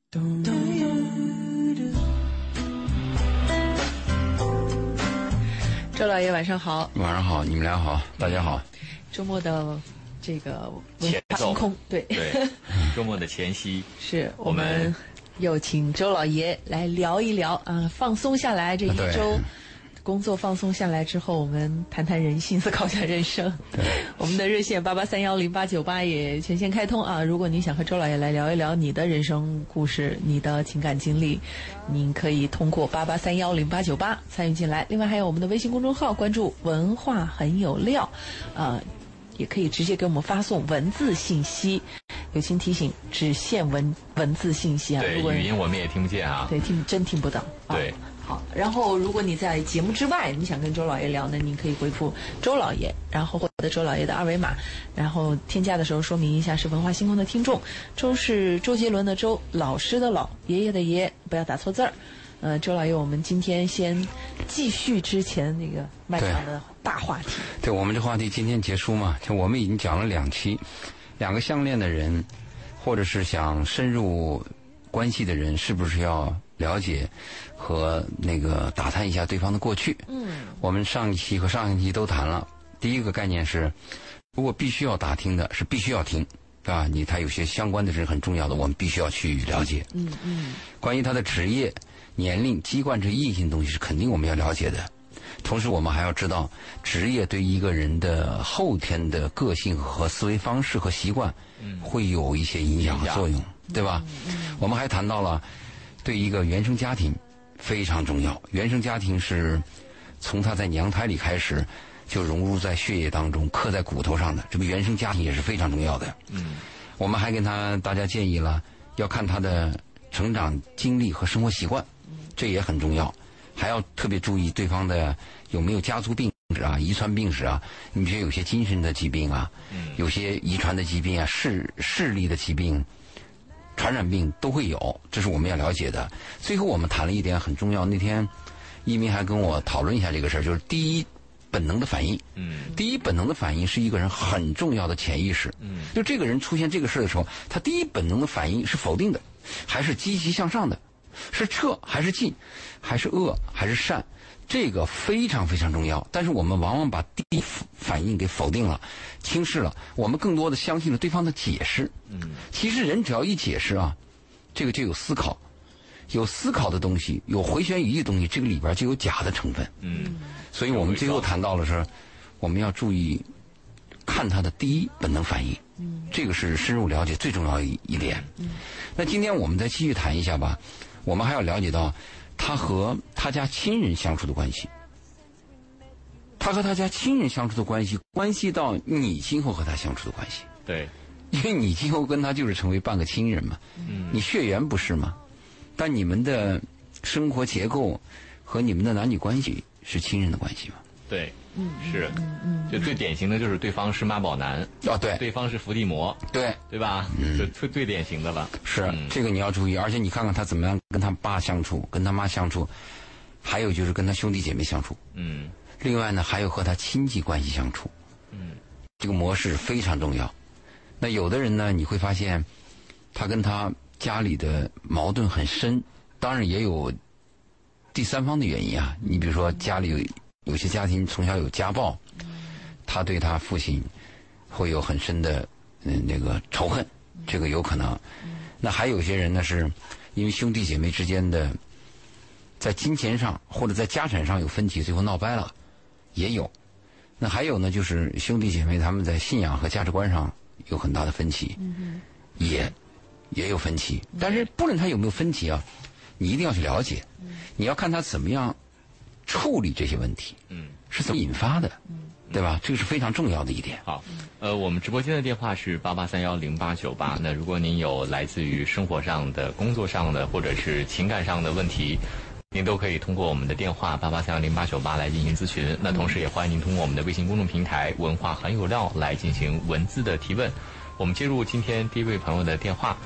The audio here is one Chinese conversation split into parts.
周老爷晚上好。 晚上好，你们俩好，大家好。 周末的这个前奏， 对， 周末的前夕是我们又请周老爷来聊一聊啊，放松下来这一周。工作放松下来之后，我们谈谈人性，思考一下人生。我们的热线88310898也全线开通啊！如果您想和周老爷来聊一聊你的人生故事、你的情感经历，您可以通过88310898参与进来。另外还有我们的微信公众号，关注“文化很有料”，也可以直接给我们发送文字信息。友情提醒，只限文字信息啊！ 对，语音我们也听不见啊。 对，真听不到。 对。 好，然后如果你在节目之外，你想跟周老爷聊呢，你可以回复周老爷，然后获得周老爷的二维码，然后添加的时候说明一下是文化星空的听众。周是周杰伦的周，老师的老，爷爷的爷，不要打错字儿。周老爷，我们今天先继续之前那个漫长的大话题。 对，我们这话题今天结束嘛？就我们已经讲了2期，两个相恋的人，或者是想深入关系的人，是不是要了解和那个打探一下对方的过去？我们上一期和上一期都谈了。第一个概念是，如果必须要打听的，是必须要听，啊，他有些相关的是很重要的，我们必须要去了解。关于他的职业、年龄、籍贯这硬性东西是肯定我们要了解的。同时，我们还要知道，职业对一个人的后天的个性和思维方式和习惯，会有一些影响和作用，对吧？我们还谈到了，对一个原生家庭非常重要。原生家庭是从他在娘胎里开始就融入在血液当中，刻在骨头上的。这个原生家庭也是非常重要的。我们还跟大家建议了，要看他的成长经历和生活习惯，这也很重要。还要特别注意对方的有没有家族病史啊、遗传病史啊。你比如有些精神的疾病啊，有些遗传的疾病啊、视力的疾病、传染病都会有，这是我们要了解的。最后我们谈了一点很重要，那天一鸣还跟我讨论一下这个事儿，就是第一本能的反应。第一本能的反应是一个人很重要的潜意识。就这个人出现这个事的时候，他第一本能的反应是否定的，还是积极向上的，是撤还是进，还是恶还是善，这个非常非常重要。但是我们往往把第一反应给否定了、轻视了，我们更多的相信了对方的解释。其实人只要一解释啊，这个就有思考，有思考的东西，有回旋余地的东西，这个里边就有假的成分。所以我们最后谈到了是，我们要注意看他的第一本能反应。这个是深入了解最重要一点。那今天我们再继续谈一下吧。我们还要了解到他和他家亲人相处的关系，他和他家亲人相处的关系，关系到你今后和他相处的关系。 对， 因为你今后跟他就是成为半个亲人嘛。你血缘不是吗？但你们的生活结构和你们的男女关系是亲人的关系吗？ 对，是，就最典型的就是对方是妈宝男对， 对方是伏地魔，对吧？就最典型的了。 是，这个你要注意，而且你看看他怎么样跟他爸相处，跟他妈相处，还有就是跟他兄弟姐妹相处。另外呢，还有和他亲戚关系相处。这个模式非常重要。那有的人呢，你会发现他跟他家里的矛盾很深，当然也有第三方的原因啊。你比如说家里有些家庭从小有家暴，他对他父亲会有很深的那个仇恨，这个有可能。那还有些人呢，是因为兄弟姐妹之间的在金钱上或者在家产上有分歧，最后闹掰了，也有。那还有呢，就是兄弟姐妹他们在信仰和价值观上有很大的分歧，也有分歧。但是不论他有没有分歧啊，你一定要去了解，你要看他怎么样处理这些问题，是怎么引发的，对吧？这个是非常重要的一点。 好，我们直播间的电话是88310898。那如果您有来自于生活上的、工作上的或者是情感上的问题，您都可以通过我们的电话88310898来进行咨询。那同时也欢迎您通过我们的微信公众平台“文化很有料”来进行文字的提问。我们接入今天第一位朋友的电话。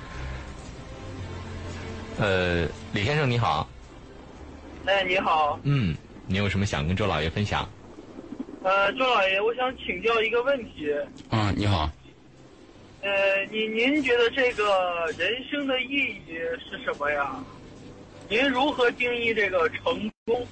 李先生你好。 你好。 你有什么想跟周老爷分享？ 周老爷，我想请教一个问题。 你好。 您觉得这个人生的意义是什么呀？您如何定义这个成功？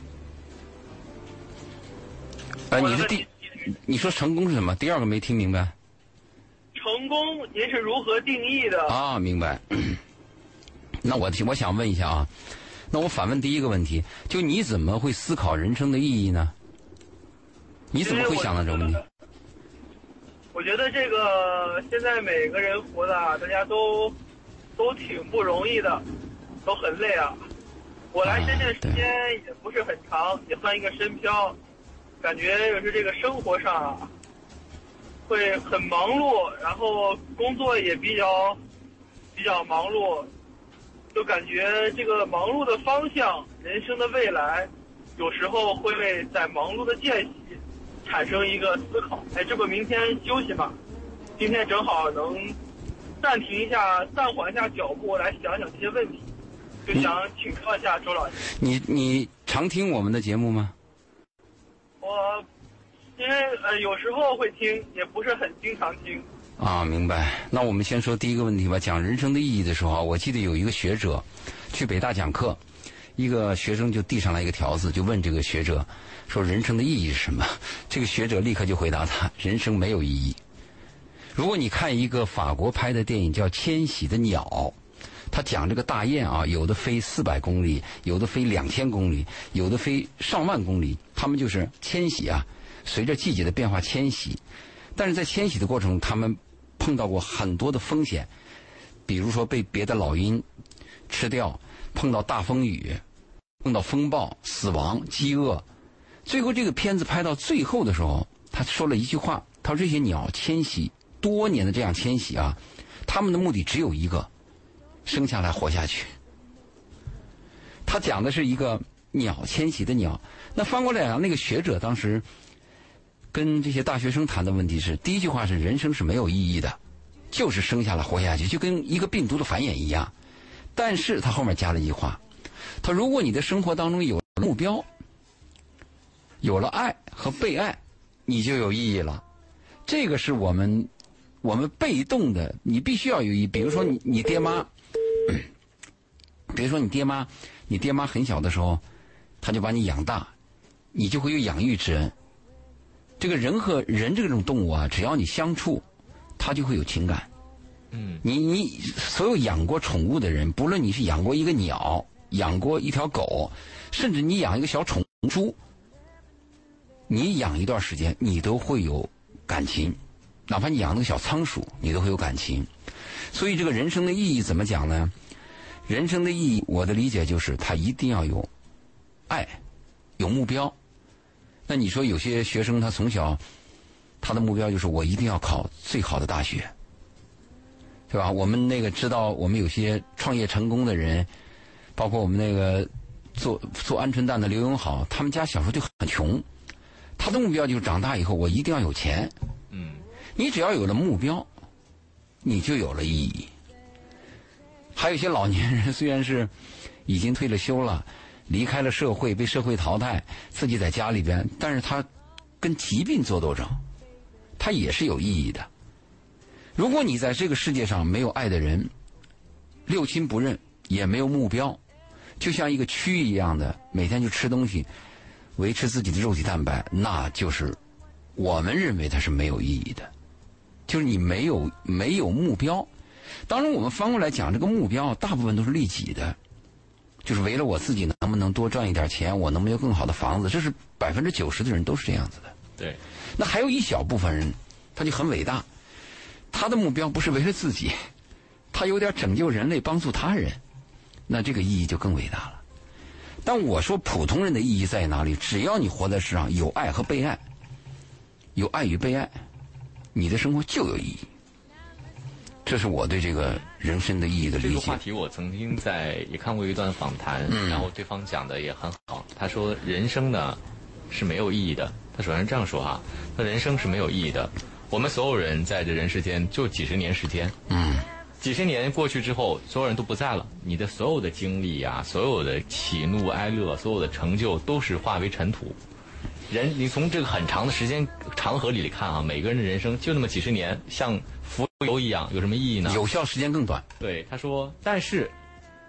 你说成功是什么？第二个没听明白。 成功您是如何定义的？ 啊，明白。那我想问一下啊，那我反问第一个问题，就你怎么会思考人生的意义呢？你怎么会想到这个问题？ 我觉得这个现在每个人活的，大家都挺不容易的，都很累啊。我来深圳时间也不是很长，也算一个深漂，感觉就是这个生活上啊，会很忙碌，然后工作也比较忙碌，就感觉这个忙碌的方向，人生的未来，有时候会在忙碌的间隙产生一个思考。哎，这不明天休息嘛，今天正好能暂停一下，暂缓一下脚步，来想想这些问题，就想请教一下周老师。 你常听我们的节目吗？ 我因为有时候会听，也不是很经常听。 啊，明白。那我们先说第一个问题吧。讲人生的意义的时候，我记得有一个学者去北大讲课，一个学生就递上来一个条子，就问这个学者说人生的意义是什么？这个学者立刻就回答他：人生没有意义。如果你看一个法国拍的电影叫《迁徙的鸟》，他讲这个大雁啊，有的飞400公里，有的飞2000公里，有的飞上万公里，他们就是迁徙啊，随着季节的变化迁徙。但是在迁徙的过程中，他们碰到过很多的风险，比如说被别的老鹰吃掉，碰到大风雨，碰到风暴、死亡、饥饿。最后这个片子拍到最后的时候，他说了一句话，他说这些鸟迁徙多年的这样迁徙啊，他们的目的只有一个，生下来活下去。他讲的是一个鸟迁徙的鸟。那翻过来啊，那个学者当时跟这些大学生谈的问题是，第一句话是人生是没有意义的，就是生下来活下去，就跟一个病毒的繁衍一样。但是他后面加了一句话，他如果你的生活当中有了目标，有了爱和被爱，你就有意义了。这个是我们被动的，你必须要有意义。比如说你爹妈，比如说你爹妈很小的时候，他就把你养大，你就会有养育之恩。这个人和人这种动物啊，只要你相处，他就会有情感。你所有养过宠物的人，不论你是养过一个鸟，养过一条狗，甚至你养一个小宠猪，你养一段时间，你都会有感情。哪怕你养那个小仓鼠，你都会有感情。所以这个人生的意义怎么讲呢？人生的意义，我的理解就是他一定要有爱，有目标。那你说有些学生他从小他的目标就是我一定要考最好的大学，对吧？我们那个知道，我们有些创业成功的人，包括我们那个做鹌鹑蛋的刘永好，他们家小时候就很穷，他的目标就是长大以后我一定要有钱。你只要有了目标，你就有了意义。还有一些老年人虽然是已经退了休了，离开了社会，被社会淘汰，自己在家里边，但是他跟疾病做斗争，他也是有意义的。如果你在这个世界上没有爱的人，六亲不认，也没有目标，就像一个蛆一样的每天就吃东西维持自己的肉体蛋白，那就是我们认为它是没有意义的，就是你没有目标。当然我们翻过来讲，这个目标大部分都是利己的，就是为了我自己能不能多赚一点钱，我能不能有更好的房子，这是90%的人都是这样子的。 对。 那还有一小部分人他就很伟大，他的目标不是为了自己，他有点拯救人类，帮助他人，那这个意义就更伟大了。但我说普通人的意义在哪里？只要你活在世上有爱和被爱，有爱与被爱，你的生活就有意义。这是我对这个人生的意义的理解。 这个话题我曾经也看过一段访谈，然后对方讲的也很好。他说人生呢是没有意义的。他首先这样说哈，他人生是没有意义的。我们所有人在这人世间就几十年时间，几十年过去之后，所有人都不在了，你的所有的经历啊，所有的喜怒哀乐，所有的成就都是化为尘土。你从这个很长的时间长河里看啊，每个人的人生就那么几十年，像浮游一样，有什么意义呢？ 有效时间更短。 对，他说，但是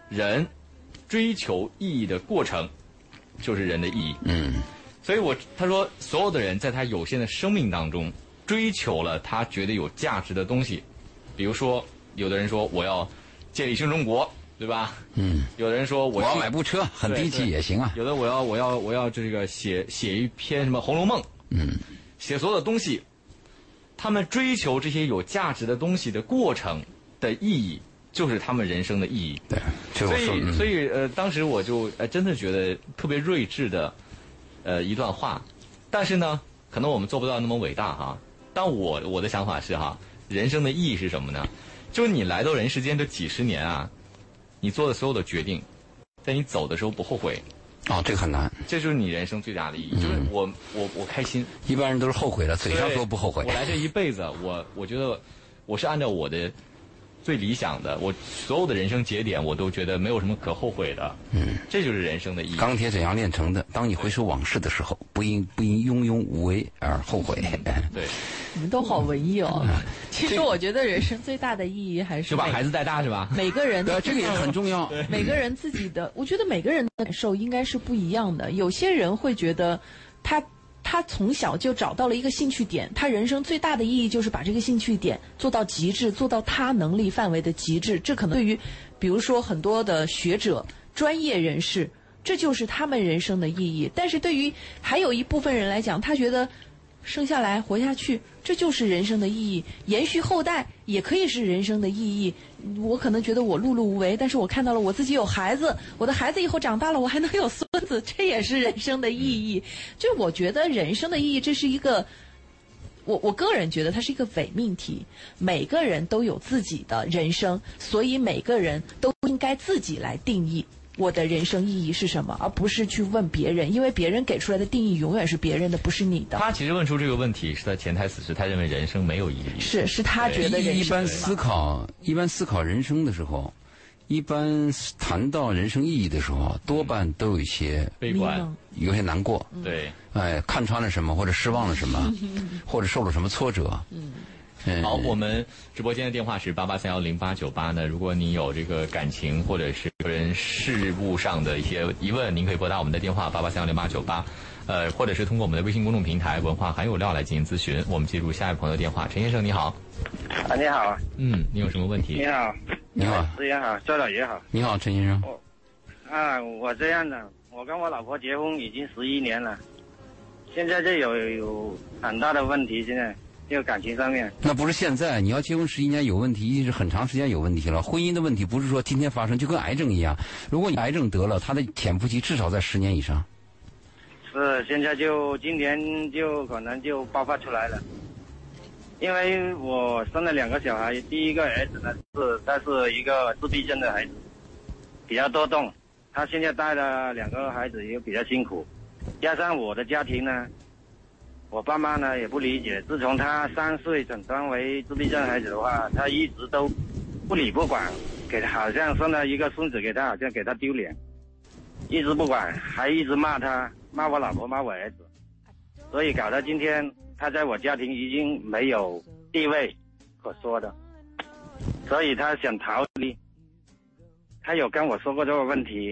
人追求意义的过程就是人的意义。所以他说所有的人在他有限的生命当中追求了他觉得有价值的东西，比如说有的人说我要建立新中国，对吧？有的人说我要买部车，很低级也行啊。 有的我要这个写一篇什么《红楼梦》，写所有的东西，他们追求这些有价值的东西的过程的意义，就是他们人生的意义。 对， 所以当时我就真的觉得特别睿智的一段话，但是呢，可能我们做不到那么伟大哈。但我的想法是哈，人生的意义是什么呢？就是你来到人世间这几十年啊，你做的所有的决定，在你走的时候不后悔。 这个很难。 这就是你人生最大的意义，就是我开心。 一般人都是后悔的，嘴上说不后悔。 我来这一辈子，我觉得我是按照我的最理想的，我所有的人生节点，我都觉得没有什么可后悔的。这就是人生的意义。 钢铁怎样炼成的？当你回首往事的时候，不因庸庸无为而后悔。 对， 你们都好文艺哦。其实我觉得人生最大的意义还是就把孩子带大，是吧？ 每个人对，这个也很重要。 每个人自己的，我觉得每个人的感受应该是不一样的。有些人会觉得他从小就找到了一个兴趣点，他人生最大的意义就是把这个兴趣点做到极致，做到他能力范围的极致。这可能对于比如说很多的学者、专业人士，这就是他们人生的意义。但是对于还有一部分人来讲，他觉得生下来活下去，这就是人生的意义。延续后代也可以是人生的意义。我可能觉得我碌碌无为，但是我看到了我自己有孩子，我的孩子以后长大了，我还能有孙子，这也是人生的意义。就我觉得人生的意义，这是一个我个人觉得它是一个伪命题。每个人都有自己的人生，所以每个人都应该自己来定义我的人生意义是什么，而不是去问别人，因为别人给出来的定义永远是别人的，不是你的。 他其实问出这个问题是他潜台词是他认为人生没有意义， 是他觉得人生一般思考人生的时候，一般谈到人生意义的时候，多半都有一些悲观， 有些难过。 对， 看穿了什么，或者失望了什么，或者受了什么挫折。 好，我们直播间的电话是88310898呢。如果你有这个感情或者是个人事务上的一些疑问，您可以拨打我们的电话88310898，或者是通过我们的微信公众平台文化很有料来进行咨询。我们接入下一位朋友的电话，陈先生你好。 你好。 你有什么问题？ 你好。 你好。 师爷好，周老爷好。 你好，陈先生。 我这样的，我跟我老婆结婚已经11年了，现在就有很大的问题，现在就感情上面。 那不是现在，你要结婚11年有问题，一定是很长时间有问题了。婚姻的问题不是说今天发生，就跟癌症一样，如果你癌症得了，它的潜伏期至少在10年以上。 是，现在就今年就可能就爆发出来了。因为我生了2个小孩，第一个儿子呢他是一个自闭症的孩子，比较多动，他现在带了2个孩子也比较辛苦，加上我的家庭呢，我爸妈呢也不理解。自从他3岁诊断为自闭症孩子的话，他一直都不理不管，给他好像生了一个孙子给他，好像给他丢脸，一直不管，还一直骂他，骂我老婆，骂我儿子，所以搞到今天他在我家庭已经没有地位可说的，所以他想逃离。他有跟我说过这个问题。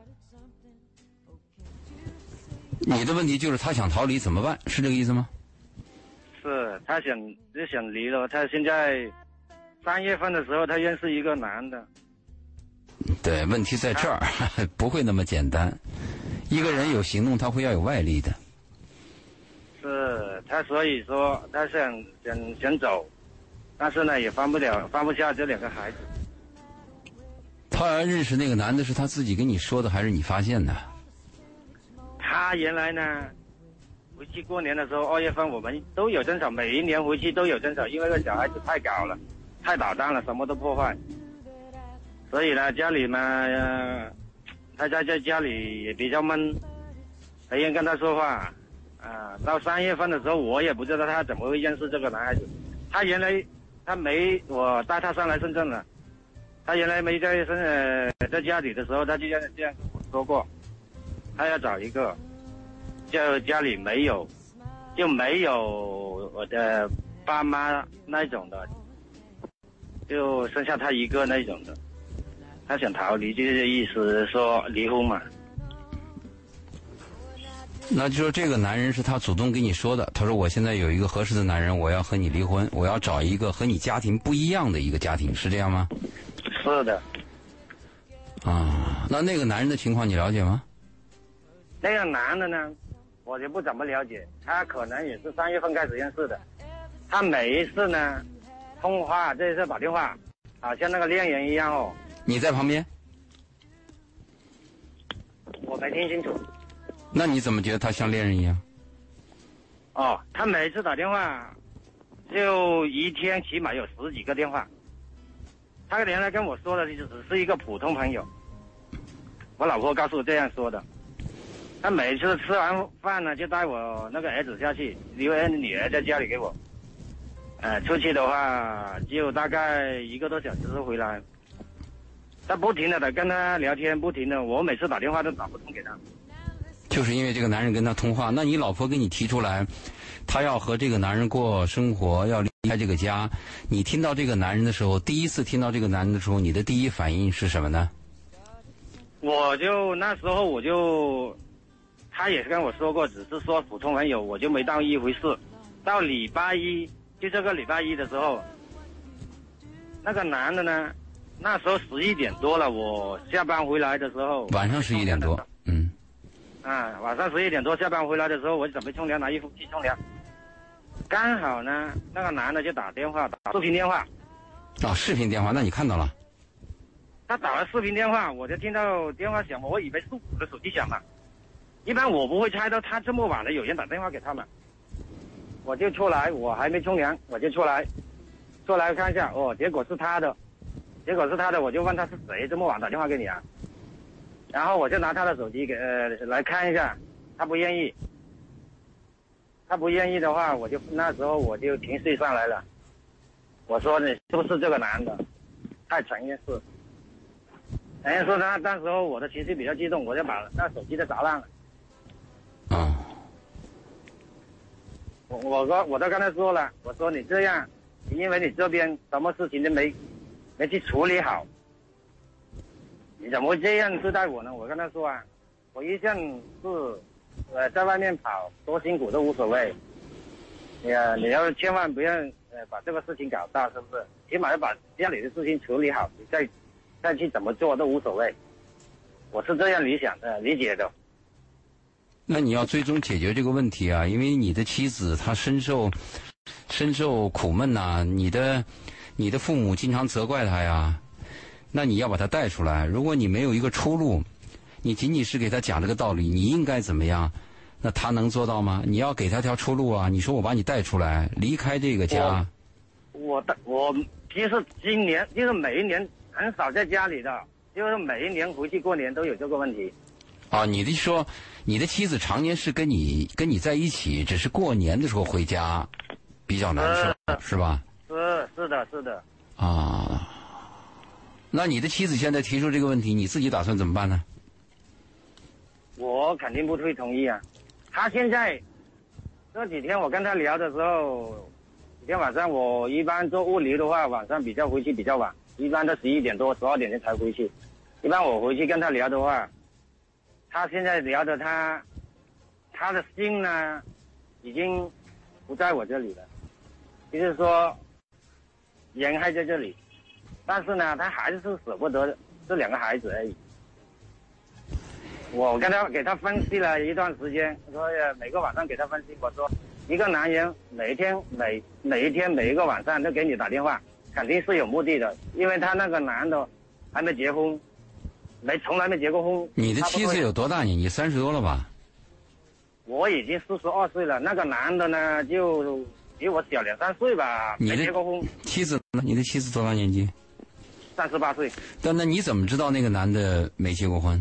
你的问题就是他想逃离怎么办？是这个意思吗？ 是，他想离了。他现在3月份的时候，他认识一个男的。 对，问题在这儿，不会那么简单。一个人有行动，他会要有外力的。 是他，所以说他想走，但是呢也放不下这2个孩子。 他认识那个男的是他自己跟你说的，还是你发现的？ 他原来呢，回去过年的时候2月份我们都有争吵，每一年回去都有争吵，因为那个小孩子太搞了，太捣蛋了，什么都破坏。所以呢，家里嘛，他在家里也比较闷，没人跟他说话。到3月份的时候，我也不知道他怎么会认识这个男孩子。他原来我带他上来深圳了，他原来没在家里的时候，他就这样跟我说过，他要找一个，就家里没有我的爸妈那种的，就剩下他一个那种的。 他想逃离，就是意思说离婚嘛。 那就说这个男人是他主动跟你说的，他说我现在有一个合适的男人，我要和你离婚，我要找一个和你家庭不一样的一个家庭，是这样吗？ 是的。 啊，那个男人的情况你了解吗？ 那个男的呢，我就不怎么了解，他可能也是3月份开始认识的。他每一次呢通话，这一次打电话，好像那个恋人一样哦。 你在旁边？ 我没听清楚。 那你怎么觉得他像恋人一样？ 哦，他每次打电话，就一天起码有10几个电话。他原来跟我说的就只是一个普通朋友，我老婆告诉我这样说的。他每次吃完饭呢，就带我那个儿子下去，因为女儿在家里给我。出去的话就大概1个多小时回来。他不停的跟他聊天，不停的，我每次打电话都打不通给他。 就是因为这个男人跟他通话，那你老婆跟你提出来，她要和这个男人过生活，要离开这个家，你听到这个男人的时候，第一次听到这个男人的时候，你的第一反应是什么呢？ 那时候他也是跟我说过，只是说普通朋友，我就没当一回事。到礼拜一，就这个礼拜一的时候，那个男的呢，那时候11点多了，我下班回来的时候， 晚上11点多， 晚上11点多下班回来的时候，我就准备冲凉，拿衣服去冲凉，刚好呢，那个男的就打电话，打视频电话。 视频电话，那你看到了？ 他打了视频电话，我就听到电话响，我以为是我的手机响嘛。一般我不会猜到他这么晚了有人打电话给他们，我就出来，我还没冲凉，我就出来看一下，结果是他的，我就问他是谁这么晚打电话给你啊？然后我就拿他的手机来看一下，他不愿意的话，那时候我就情绪上来了，我说你是不是这个男的？太承认是，那时候我的情绪比较激动，我就把那手机都砸烂了。我都跟他说了，我说你这样，因为你这边什么事情都没去处理好，你怎么会这样对待我呢？我跟他说啊，我一向是在外面跑多辛苦都无所谓，你要千万不要把这个事情搞大，是不是？起码要把家里的事情处理好，你再去怎么做都无所谓。我是这样理解的。 那你要最终解决这个问题啊，因为你的妻子她深受苦闷呐，你的父母经常责怪她呀，那你要把她带出来。如果你没有一个出路，你仅仅是给她讲这个道理，你应该怎么样，那她能做到吗？你要给她条出路啊！你说我把你带出来，离开这个家。 我其实今年就是每一年很少在家里的，就是每一年回去过年都有这个问题。 你的说，你的妻子常年是跟你在一起，只是过年的时候回家比较难受，是吧？ 是的。 那你的妻子现在提出这个问题，你自己打算怎么办呢？ 我肯定不会同意啊。他现在这几天我跟他聊的时候，每天晚上我一般做物流的话，晚上回去比较晚，一般都11点多12点钟才回去。一般我回去跟他聊的话，他现在聊的他的心呢，已经不在我这里了，就是说人还在这里，但是呢，他还是舍不得这2个孩子而已。我给他分析了一段时间，说每个晚上给他分析，我说一个男人每一天每一个晚上都给你打电话，肯定是有目的的，因为他那个男的还没结婚。从来没结过婚。 你的妻子有多大年纪？30多了吧？ 我已经42岁了，那个男的呢，就比我小2、3岁吧。没结过婚。 妻子呢？你的妻子多大年纪 ？38岁。 那你怎么知道那个男的没结过婚？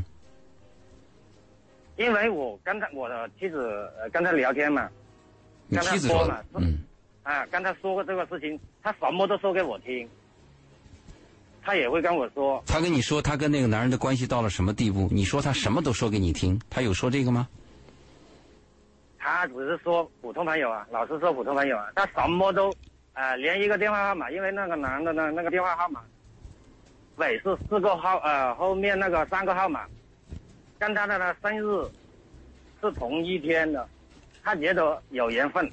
因为我的妻子跟他聊天嘛， 你妻子说嘛， 跟他说过这个事情，他什么都说给我听。他也会跟我说， 他跟你说他跟那个男人的关系到了什么地步？你说他什么都说给你听，他有说这个吗？ 他只是说普通朋友啊，老是说普通朋友啊，他什么都连一个电话号码，因为那个男的呢，那个电话号码尾是4个号，后面那个3个号码，跟他的生日是同一天的，他觉得有缘分，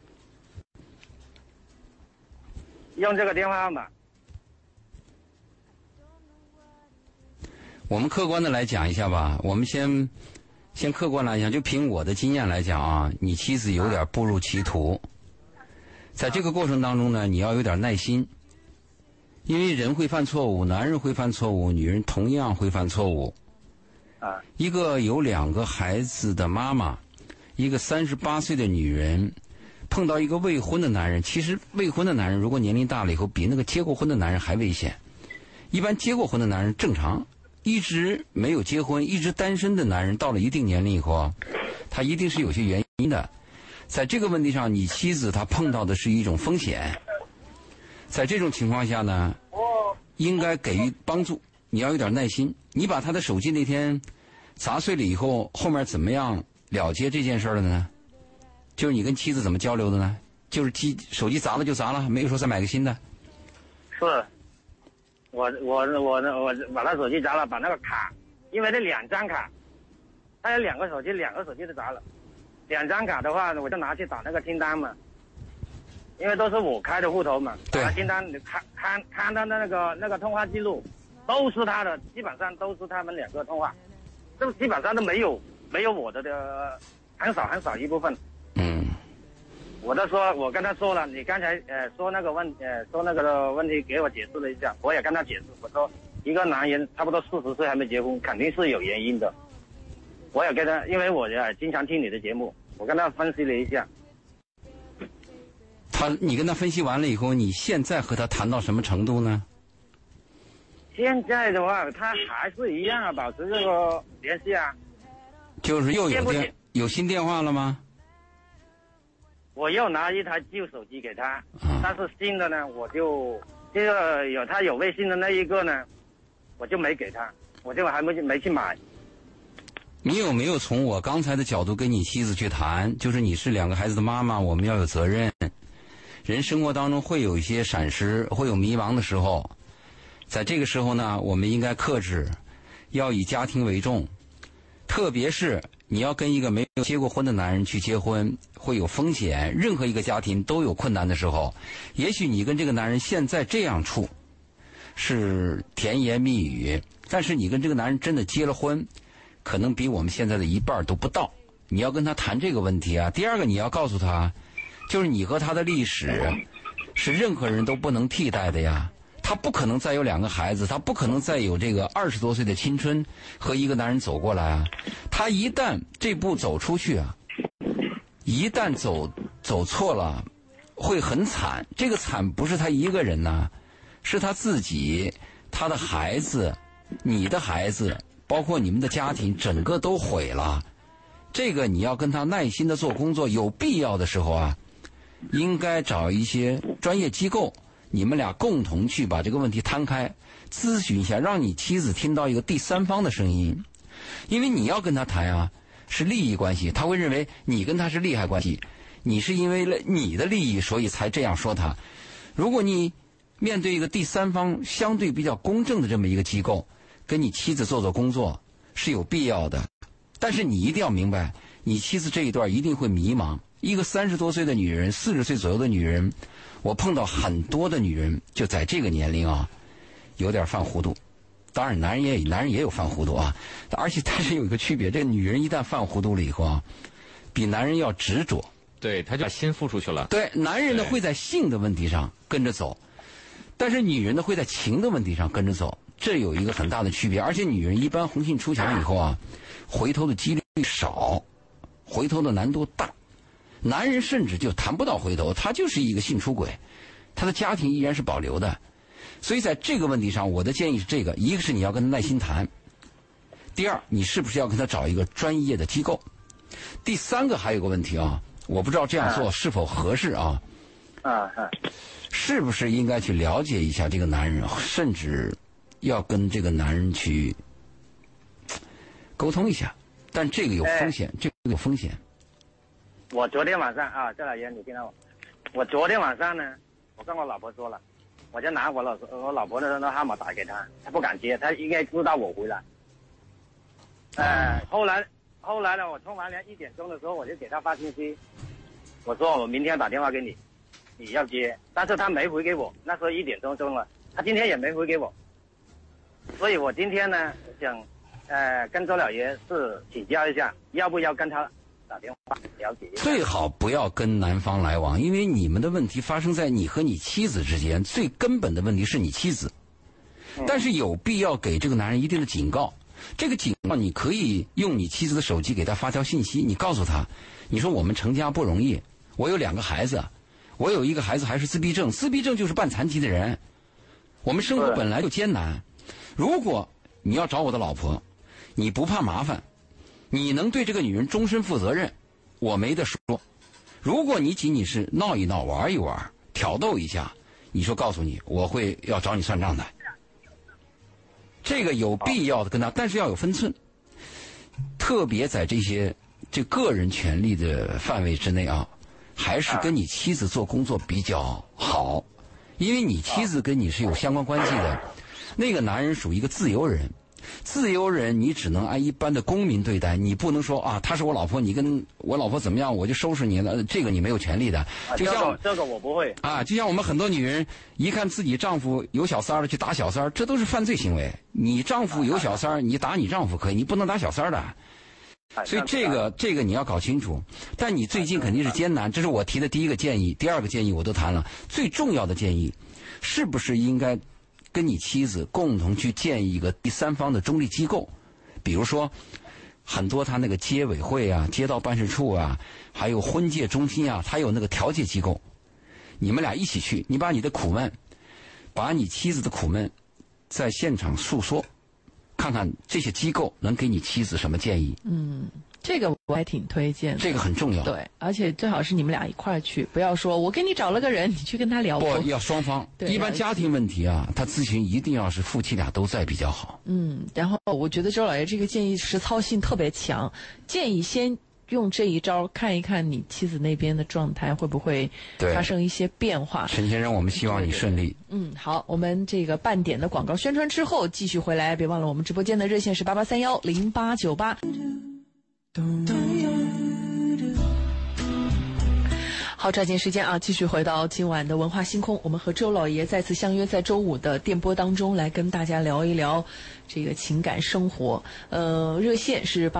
用这个电话号码。 我们客观的来讲一下吧，我们先客观来讲，就凭我的经验来讲啊，你妻子有点步入歧途，在这个过程当中呢，你要有点耐心，因为人会犯错误，男人会犯错误，女人同样会犯错误。一个有2个孩子的妈妈，一个38岁的女人，碰到一个未婚的男人，其实未婚的男人如果年龄大了以后，比那个结过婚的男人还危险。一般结过婚的男人正常，一直没有结婚，一直单身的男人，到了一定年龄以后，他一定是有些原因的。在这个问题上，你妻子她碰到的是一种风险，在这种情况下呢，应该给予帮助，你要有点耐心。你把他的手机那天砸碎了以后，后面怎么样了结这件事的呢？就是你跟妻子怎么交流的呢？就是手机砸了就砸了，没有说再买个新的。 是，我把他手机砸了，把那个卡，因为那2张卡，他有2个手机都砸了。2张卡的话，我就拿去打那个清单嘛，因为都是我开的户头嘛。打清单，你看他那个通话记录，都是他的，基本上都是他们2个通话，这基本上都没有我的很少一部分。我跟他说了，你刚才说那个问题给我解释了一下，我也跟他解释，我说一个男人差不多40岁还没结婚，肯定是有原因的。我也跟他，因为我也经常听你的节目，我跟他分析了一下。 你跟他分析完了以后，你现在和他谈到什么程度呢？ 现在的话，他还是一样保持这个联系啊。 就是又有新电话了吗？ 我又拿一台旧手机给他，但是新的呢，我就这个他有微信的那一个呢，我就没给他，我就还没去买。 你有没有从我刚才的角度跟你妻子去谈？就是你是2个孩子的妈妈，我们要有责任。人生活当中会有一些闪失，会有迷茫的时候，在这个时候呢，我们应该克制，要以家庭为重。特别是你要跟一个没有结过婚的男人去结婚，会有风险。任何一个家庭都有困难的时候，也许你跟这个男人现在这样处是甜言蜜语，但是你跟这个男人真的结了婚，可能比我们现在的一半都不到。你要跟他谈这个问题啊。第二个，你要告诉他，就是你和他的历史是任何人都不能替代的呀。他不可能再有2个孩子，他不可能再有这个20多岁的青春和一个男人走过来啊。他一旦这步走出去啊，一旦走错了，会很惨。这个惨不是他一个人呐，是他自己、他的孩子、你的孩子，包括你们的家庭，整个都毁了。这个你要跟他耐心的做工作，有必要的时候啊，应该找一些专业机构，你们俩共同去把这个问题摊开，咨询一下，让你妻子听到一个第三方的声音。因为你要跟他谈啊，是利益关系，他会认为你跟他是利害关系，你是因为了你的利益所以才这样说他。如果你面对一个第三方相对比较公正的这么一个机构，跟你妻子做工作是有必要的。但是你一定要明白，你妻子这一段一定会迷茫。一个30多岁的女人，40岁左右的女人，我碰到很多的女人就在这个年龄啊，有点犯糊涂。当然男人也有犯糊涂啊，而且但是有一个区别，这个女人一旦犯糊涂了以后啊，比男人要执着。 对，他就把心付出去了。 对，男人呢会在性的问题上跟着走，但是女人呢会在情的问题上跟着走，这有一个很大的区别。而且女人一般红杏出墙以后啊，回头的几率少，回头的难度大。男人甚至就谈不到回头，他就是一个性出轨，他的家庭依然是保留的。所以在这个问题上，我的建议是这个：一个是你要跟他耐心谈，第二，你是不是要跟他找一个专业的机构？第三个还有个问题啊，我不知道这样做是否合适啊？是不是应该去了解一下这个男人，甚至要跟这个男人去沟通一下？但这个有风险，这个有风险。 我昨天晚上啊，这老爷你听到我昨天晚上呢，我跟我老婆说了， 我就拿我老婆的那号码打给他，他不敢接，他应该知道我回来。后来呢，我冲完凉1点钟的时候，我就给他发信息，我说我明天打电话给你，你要接，但是他没回给我，那时候1点钟了，他今天也没回给我，所以我今天呢想，跟周老爷是请教一下，要不要跟他打电话了解一下？ 最好不要跟男方来往，因为你们的问题发生在你和你妻子之间，最根本的问题是你妻子，但是有必要给这个男人一定的警告。这个警告你可以用你妻子的手机给他发条信息，你告诉他，你说我们成家不容易，我有2个孩子，我有一个孩子还是自闭症，自闭症就是半残疾的人，我们生活本来就艰难，如果你要找我的老婆，你不怕麻烦，你能对这个女人终身负责任，我没得说。如果你仅仅是闹一闹玩一玩挑逗一下，你说告诉你我会要找你算账的，这个有必要的跟他，但是要有分寸，特别在这个人权利的范围之内啊，还是跟你妻子做工作比较好，因为你妻子跟你是有相关关系的。那个男人属于一个自由人，自由人你只能按一般的公民对待，你不能说啊，她是我老婆，你跟我老婆怎么样我就收拾你了，这个你没有权利的。就像这个我不会啊，就像我们很多女人一看自己丈夫有小三儿去打小三儿，这都是犯罪行为。你丈夫有小三儿，你打你丈夫可以，你不能打小三儿的。所以这个你要搞清楚。但你最近肯定是艰难，这是我提的第1个建议，第2个建议我都谈了。最重要的建议，是不是应该跟你妻子共同去建一个第3方的中立机构？比如说很多他那个街委会啊、街道办事处啊，还有婚介中心啊，他有那个调解机构，你们俩一起去，你把你的苦闷，把你妻子的苦闷在现场诉说，看看这些机构能给你妻子什么建议。 这个我还挺推荐的， 这个很重要。 对，而且最好是你们俩一块儿去，不要说我给你找了个人，你去跟他聊。 不，要双方。一般家庭问题啊，他咨询一定要是夫妻俩都在比较好。 然后我觉得周老爷这个建议实操性特别强，建议先用这一招看一看你妻子那边的状态会不会发生一些变化。 陈先生，我们希望你顺利。 好，我们这个半点的广告宣传之后继续回来，别忘了我们直播间的热线是88310898。好，抓紧时间啊！继续回到今晚的文化星空，我们和周老爷再次相约在周五的电波当中，来跟大家聊一聊这个情感生活。热线是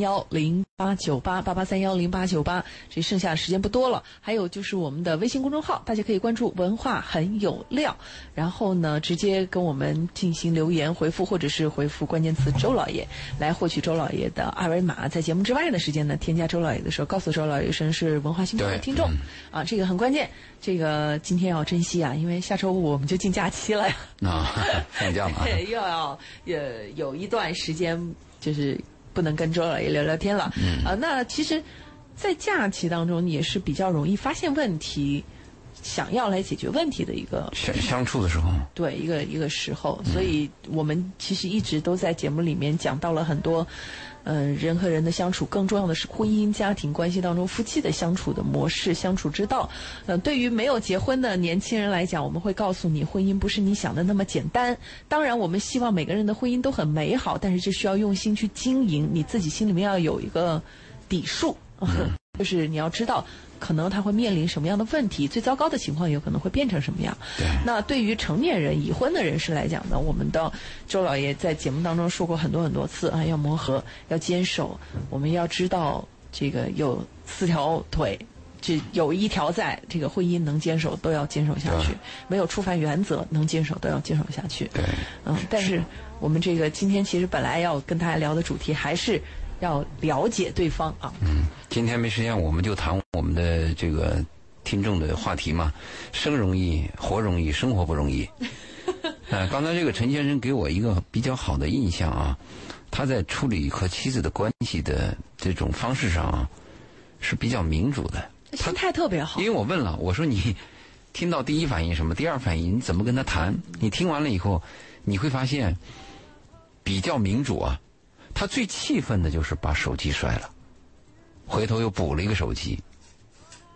88310898，88310898，这剩下的时间不多了。还有就是我们的微信公众号，大家可以关注文化很有料，然后呢直接跟我们进行留言回复，或者是回复关键词周老爷来获取周老爷的二维码。在节目之外的时间呢，添加周老爷的时候告诉周老爷一声是文化星空的听众。这个很关键，这个今天要珍惜啊，因为下周五我们就进假期了呀。 放假了， 又要有一段时间就是不能跟周老爷聊聊天了。那其实，在假期当中也是比较容易发现问题，想要来解决问题的一个相处的时候， 对一个时候。所以我们其实一直都在节目里面讲到了很多。人和人的相处，更重要的是婚姻家庭关系当中夫妻的相处的模式、相处之道。对于没有结婚的年轻人来讲，我们会告诉你，婚姻不是你想的那么简单。当然，我们希望每个人的婚姻都很美好，但是这需要用心去经营，你自己心里面要有一个底数，就是你要知道可能他会面临什么样的问题，最糟糕的情况有可能会变成什么样。那对于成年人已婚的人士来讲呢，我们的周老爷在节目当中说过很多很多次啊，要磨合，要坚守，我们要知道这个有4条腿，这有1条在，这个婚姻能坚守都要坚守下去，没有触犯原则能坚守都要坚守下去。但是我们这个今天其实本来要跟大家聊的主题还是要了解对方啊。 今天没时间，我们就谈我们的这个听众的话题嘛，生容易，活容易，生活不容易。刚才这个陈先生给我一个比较好的印象啊，他在处理和妻子的关系的这种方式上啊，是比较民主的， 心态特别好。 因为我问了，我说你听到第一反应什么，第二反应你怎么跟他谈？你听完了以后，你会发现比较民主啊。他最气愤的就是把手机摔了，回头又补了一个手机。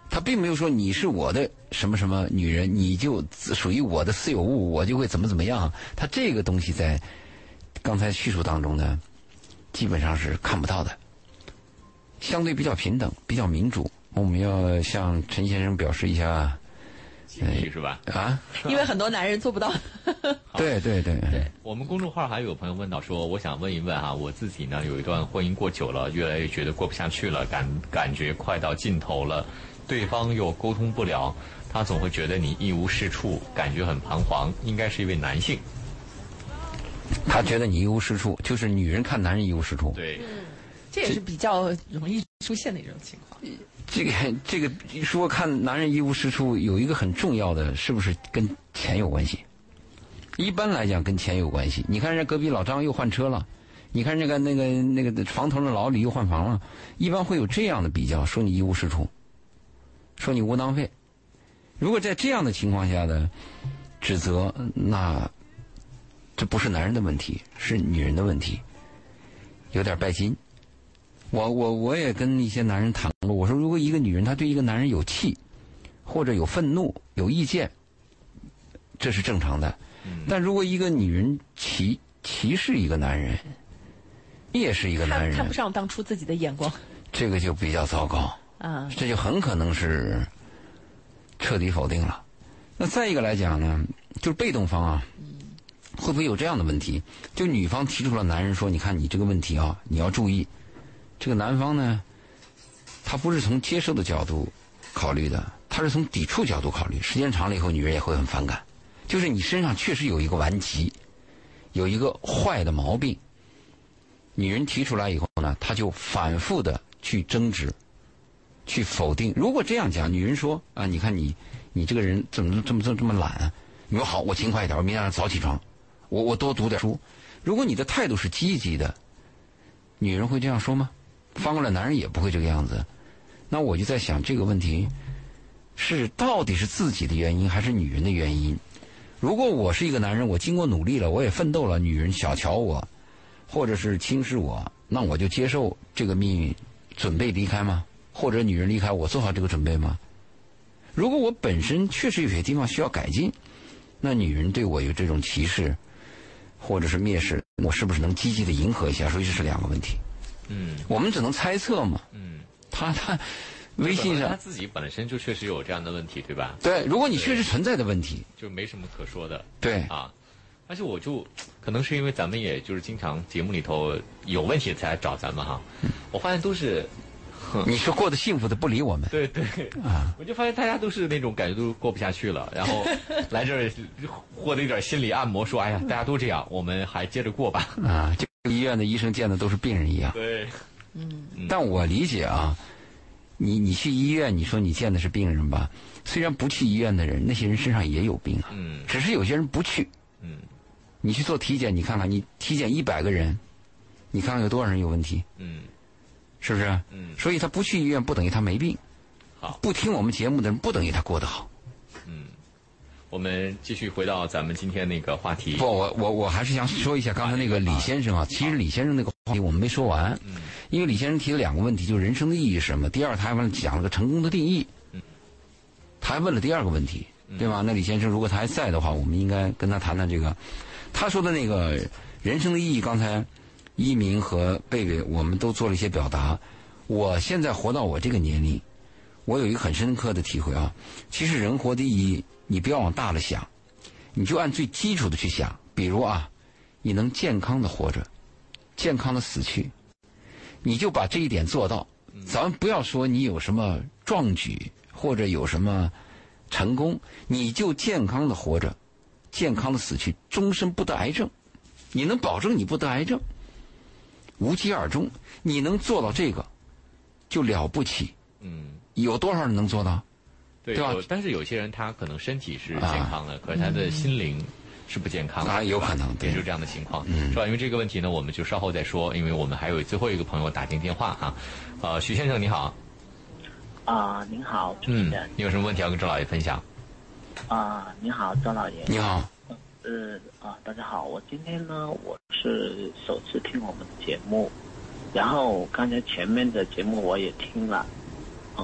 他并没有说你是我的什么什么女人，你就属于我的私有物，我就会怎么样。他这个东西在刚才叙述当中呢，基本上是看不到的，相对比较平等，比较民主。我们要向陈先生表示一下。 是吧？ 啊， 因为很多男人做不到。 对。 我们公众号还有朋友问到说，我想问一问哈，我自己呢有一段婚姻过久了，越来越觉得过不下去了，感觉快到尽头了，对方又沟通不了，他总会觉得你一无是处，感觉很彷徨。应该是一位男性， 他觉得你一无是处，就是女人看男人一无是处。 对， 这也是比较容易出现的一种情况。 这个说看男人一无是处，有一个很重要的，是不是跟钱有关系？一般来讲跟钱有关系。你看人家隔壁老张又换车了，你看那个房头的老李又换房了，一般会有这样的比较，说你一无是处，说你窝囊废。如果在这样的情况下的指责，那这不是男人的问题，是女人的问题，有点拜金。我也跟一些男人谈过，我说如果一个女人她对一个男人有气，或者有愤怒、有意见，这是正常的。但如果一个女人歧视一个男人，蔑视一个男人， 看不上当初自己的眼光， 这个就比较糟糕啊，这就很可能是彻底否定了。那再一个来讲呢，就是被动方啊，会不会有这样的问题？就女方提出了男人说，你看你这个问题啊，你要注意。这个男方呢，他不是从接受的角度考虑的，他是从抵触角度考虑。时间长了以后，女人也会很反感。就是你身上确实有一个顽疾，有一个坏的毛病。女人提出来以后呢，他就反复的去争执，去否定。如果这样讲，女人说啊，你看你这个人怎么这么懒啊？你说好，我勤快一点，我明天早起床，我多读点书。如果你的态度是积极的，女人会这样说吗？翻过来男人也不会这个样子。那我就在想这个问题是到底是自己的原因还是女人的原因。如果我是一个男人，我经过努力了，我也奋斗了，女人小瞧我或者是轻视我，那我就接受这个命运，准备离开吗？或者女人离开我做好这个准备吗？如果我本身确实有些地方需要改进，那女人对我有这种歧视或者是蔑视，我是不是能积极的迎合一下？所以这是两个问题。我们只能猜测嘛。他微信上他自己本身就确实有这样的问题，对吧？ 对，如果你确实存在的问题， 就没什么可说的。 对啊，而且我就可能是因为咱们也就是经常节目里头有问题才来找咱们哈，我发现都是。 你说过得幸福的不理我们， 对啊，我就发现大家都是那种感觉都过不下去了，然后来这儿获得一点心理按摩，说哎呀，大家都这样，我们还接着过吧。 啊，这个医院的医生见的都是病人一样。 对， 但我理解啊，你去医院，你说你见的是病人吧？虽然不去医院的人，那些人身上也有病啊。只是有些人不去。你去做体检，你看看，你体检100个人，你看看有多少人有问题。是不是？所以他不去医院不等于他没病。 好， 不听我们节目的人不等于他过得好。 我们继续回到咱们今天那个话题。 不，我还是想说一下刚才那个李先生啊。其实李先生那个话题我们没说完。因为李先生提了2个问题，就是人生的意义是什么？第二，他还讲了个成功的定义。他还问了第2个问题，对吧？那李先生如果他还在的话，我们应该跟他谈谈这个。他说的那个人生的意义，刚才一鸣和贝贝我们都做了一些表达。我现在活到我这个年龄，我有一个很深刻的体会啊。其实人活的意义，你不要往大了想，你就按最基础的去想。比如啊，你能健康的活着，健康的死去，你就把这一点做到。咱们不要说你有什么壮举或者有什么成功，你就健康的活着，健康的死去，终身不得癌症。你能保证你不得癌症，无疾而终，你能做到这个就了不起。有多少人能做到？ 对吧？但是有些人他可能身体是健康的，可是他的心灵是不健康的。 有可能， 也就是这样的情况，是吧？因为这个问题呢，我们就稍后再说，因为我们还有最后一个朋友打进电话哈。许先生你好。 您好，主持人。 你有什么问题要跟周老爷分享？ 你好，周老爷。 你好。 大家好，我今天呢，我是首次听我们的节目，然后刚才前面的节目我也听了，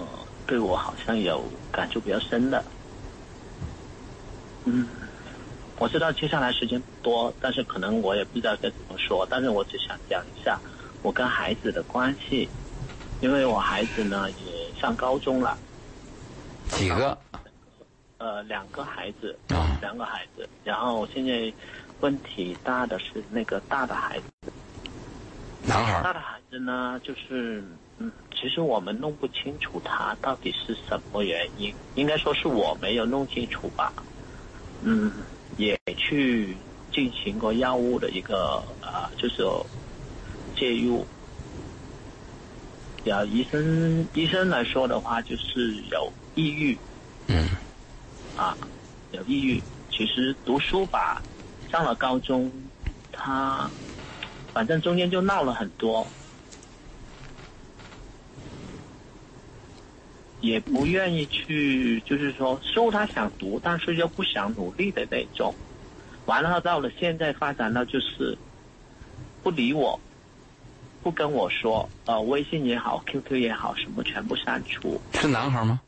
对我好像有感触比较深的。我知道接下来时间不多，但是可能我也不知道该怎么说，但是我只想讲一下我跟孩子的关系，因为我孩子呢也上高中了。 几个 ？2个孩子啊 ，2个孩子。然后现在问题大的是那个大的孩子， 男孩。 大的孩子呢，就是其实我们弄不清楚他到底是什么原因，应该说是我没有弄清楚吧。也去进行过药物的一个就是介入。医生来说的话，就是有抑郁。有抑郁。其实读书吧，上了高中，他反正中间就闹了很多，也不愿意去，就是说他想读，但是又不想努力的那种。完了到了现在发展到就是不理我，不跟我说，微信也好 QQ 也好，什么全部删除。 是男孩吗？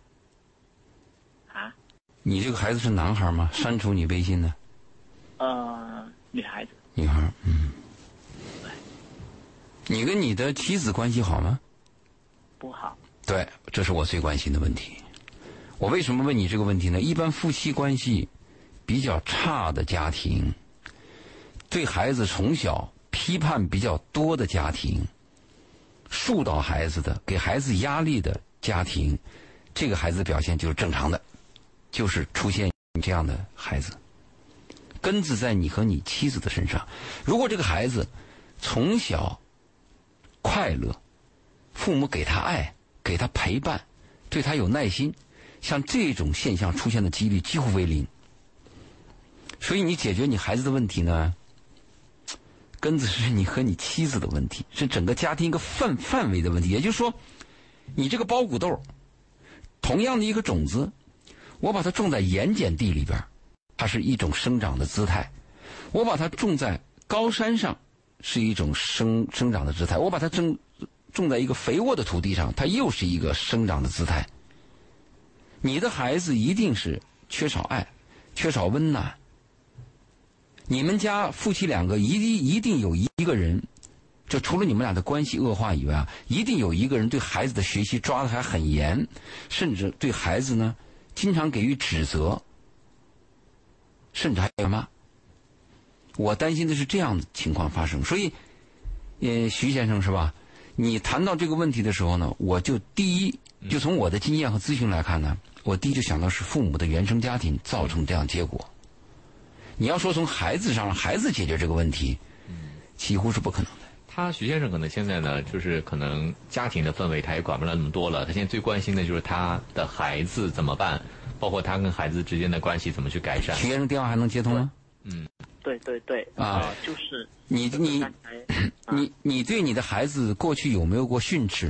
你这个孩子是男孩吗？删除你微信的？ 女孩子。 女孩。 对。 你跟你的妻子关系好吗？ 不好。 对，这是我最关心的问题。我为什么问你这个问题呢？一般夫妻关系比较差的家庭，对孩子从小批判比较多的家庭，疏导孩子的，给孩子压力的家庭，这个孩子表现就是正常的，就是出现这样的孩子。根子在你和你妻子的身上。如果这个孩子从小快乐，父母给他爱，给他陪伴，对他有耐心，像这种现象出现的几率几乎为零。所以你解决你孩子的问题呢，根子是你和你妻子的问题，是整个家庭一个范围的问题。也就是说，你这个包谷豆，同样的一个种子，我把它种在盐碱地里边，它是一种生长的姿态；我把它种在高山上，是一种生长的姿态；我把它种在一个肥沃的土地上，它又是一个生长的姿态。你的孩子一定是缺少爱，缺少温暖。你们家夫妻2个一定有一个人，就除了你们俩的关系恶化以外一定有一个人对孩子的学习抓得还很严，甚至对孩子呢经常给予指责，甚至还有骂。我担心的是这样的情况发生。所以徐先生是吧，你谈到这个问题的时候呢，我就第一就从我的经验和咨询来看呢，我第一就想到是父母的原生家庭造成这样结果。你要说从孩子上让孩子解决这个问题，几乎是不可能的。 徐先生可能现在呢，就是可能家庭的氛围他也管不了那么多了，他现在最关心的就是他的孩子怎么办，包括他跟孩子之间的关系怎么去改善。 徐先生电话还能接通吗？ 对就是你对你的孩子过去有没有过训斥？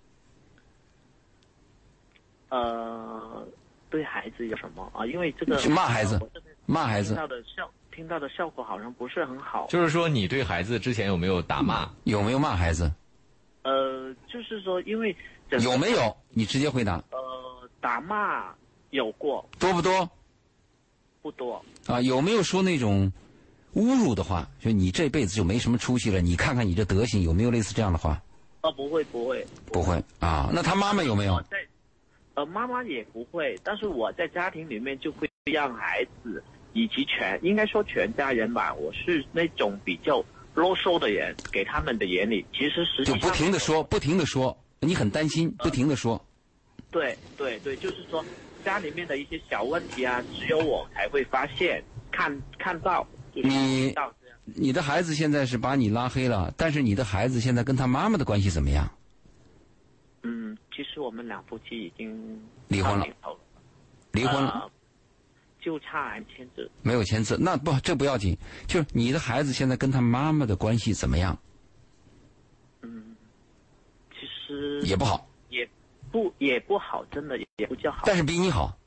对孩子有什么啊？因为这个是骂孩子，骂孩子。 听到的效果好像不是很好。 就是说，你对孩子之前有没有打骂？ 有没有骂孩子？ 就是说，因为有没有？你直接回答。 打骂有过。 多不多？ 不多。 有没有说那种侮辱的话？就你这辈子就没什么出息了，你看看你这德行，有没有类似这样的话？ 不会。 不会啊？那他妈妈有没有？ 妈妈也不会，但是我在家庭里面就会让孩子以及应该说全家人吧，我是那种比较啰嗦的人，给他们的眼里，其实实际上就不停的说，你很担心，不停的说。 对，就是说家里面的一些小问题啊，只有我才会发现，看到。 你的孩子现在是把你拉黑了，但是你的孩子现在跟他妈妈的关系怎么样？ 其实我们2夫妻已经离婚了。离婚了。 就差签字。没有签字，那这不要紧。就是你的孩子现在跟他妈妈的关系怎么样？ 其实也不好。 也不好，真的也不叫好。 但是比你好。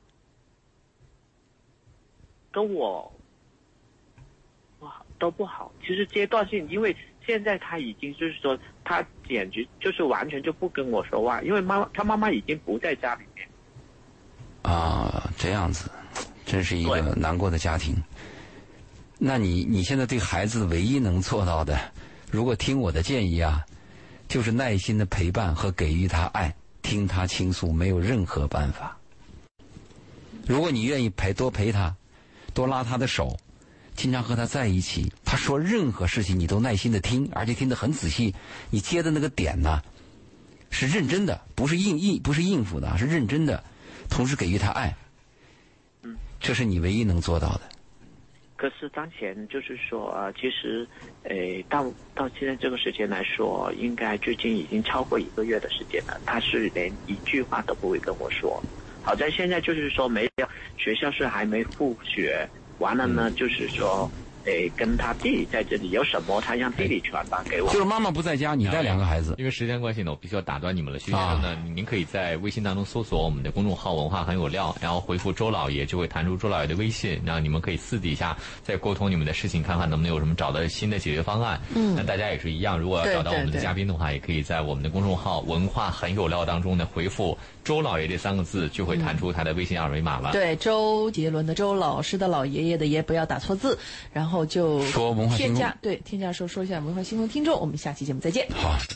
跟我都不好。其实阶段性，因为现在他已经就是说他简直就是完全就不跟我说话，因为他妈妈已经不在家里面。 啊，这样子，真是一个难过的家庭。那你现在对孩子唯一能做到的，如果听我的建议啊，就是耐心的陪伴和给予他爱，听他倾诉，没有任何办法。如果你愿意多陪他，多拉他的手，经常和他在一起，他说任何事情你都耐心的听，而且听得很仔细，你接的那个点呢，是认真的，不是应付的，是认真的，同时给予他爱。这是你唯一能做到的。 可是当前就是说其实到现在这个时间来说，应该最近已经超过1个月的时间了，他是连一句话都不会跟我说。好在现在就是说没有，学校是还没复学，完了呢就是说跟他弟弟在这里，有什么他让弟弟传达给我。 就是妈妈不在家，你带2个孩子。 因为时间关系呢，我必须要打断你们了。徐先生呢，您可以在微信当中搜索我们的公众号"文化很有料"，然后回复周老爷，就会弹出周老爷的微信，然后你们可以私底下再沟通你们的事情，看看能不能有什么找到新的解决方案。那大家也是一样，如果要找到我们的嘉宾的话，也可以在我们的公众号"文化很有料"当中呢回复周老爷这3个字，就会弹出他的微信二维码了。 对，周杰伦的周，老师的老，爷爷的爷，不要打错字，然后就说文化星空， 添加说一下文化星空听众。我们下期节目再见。 好。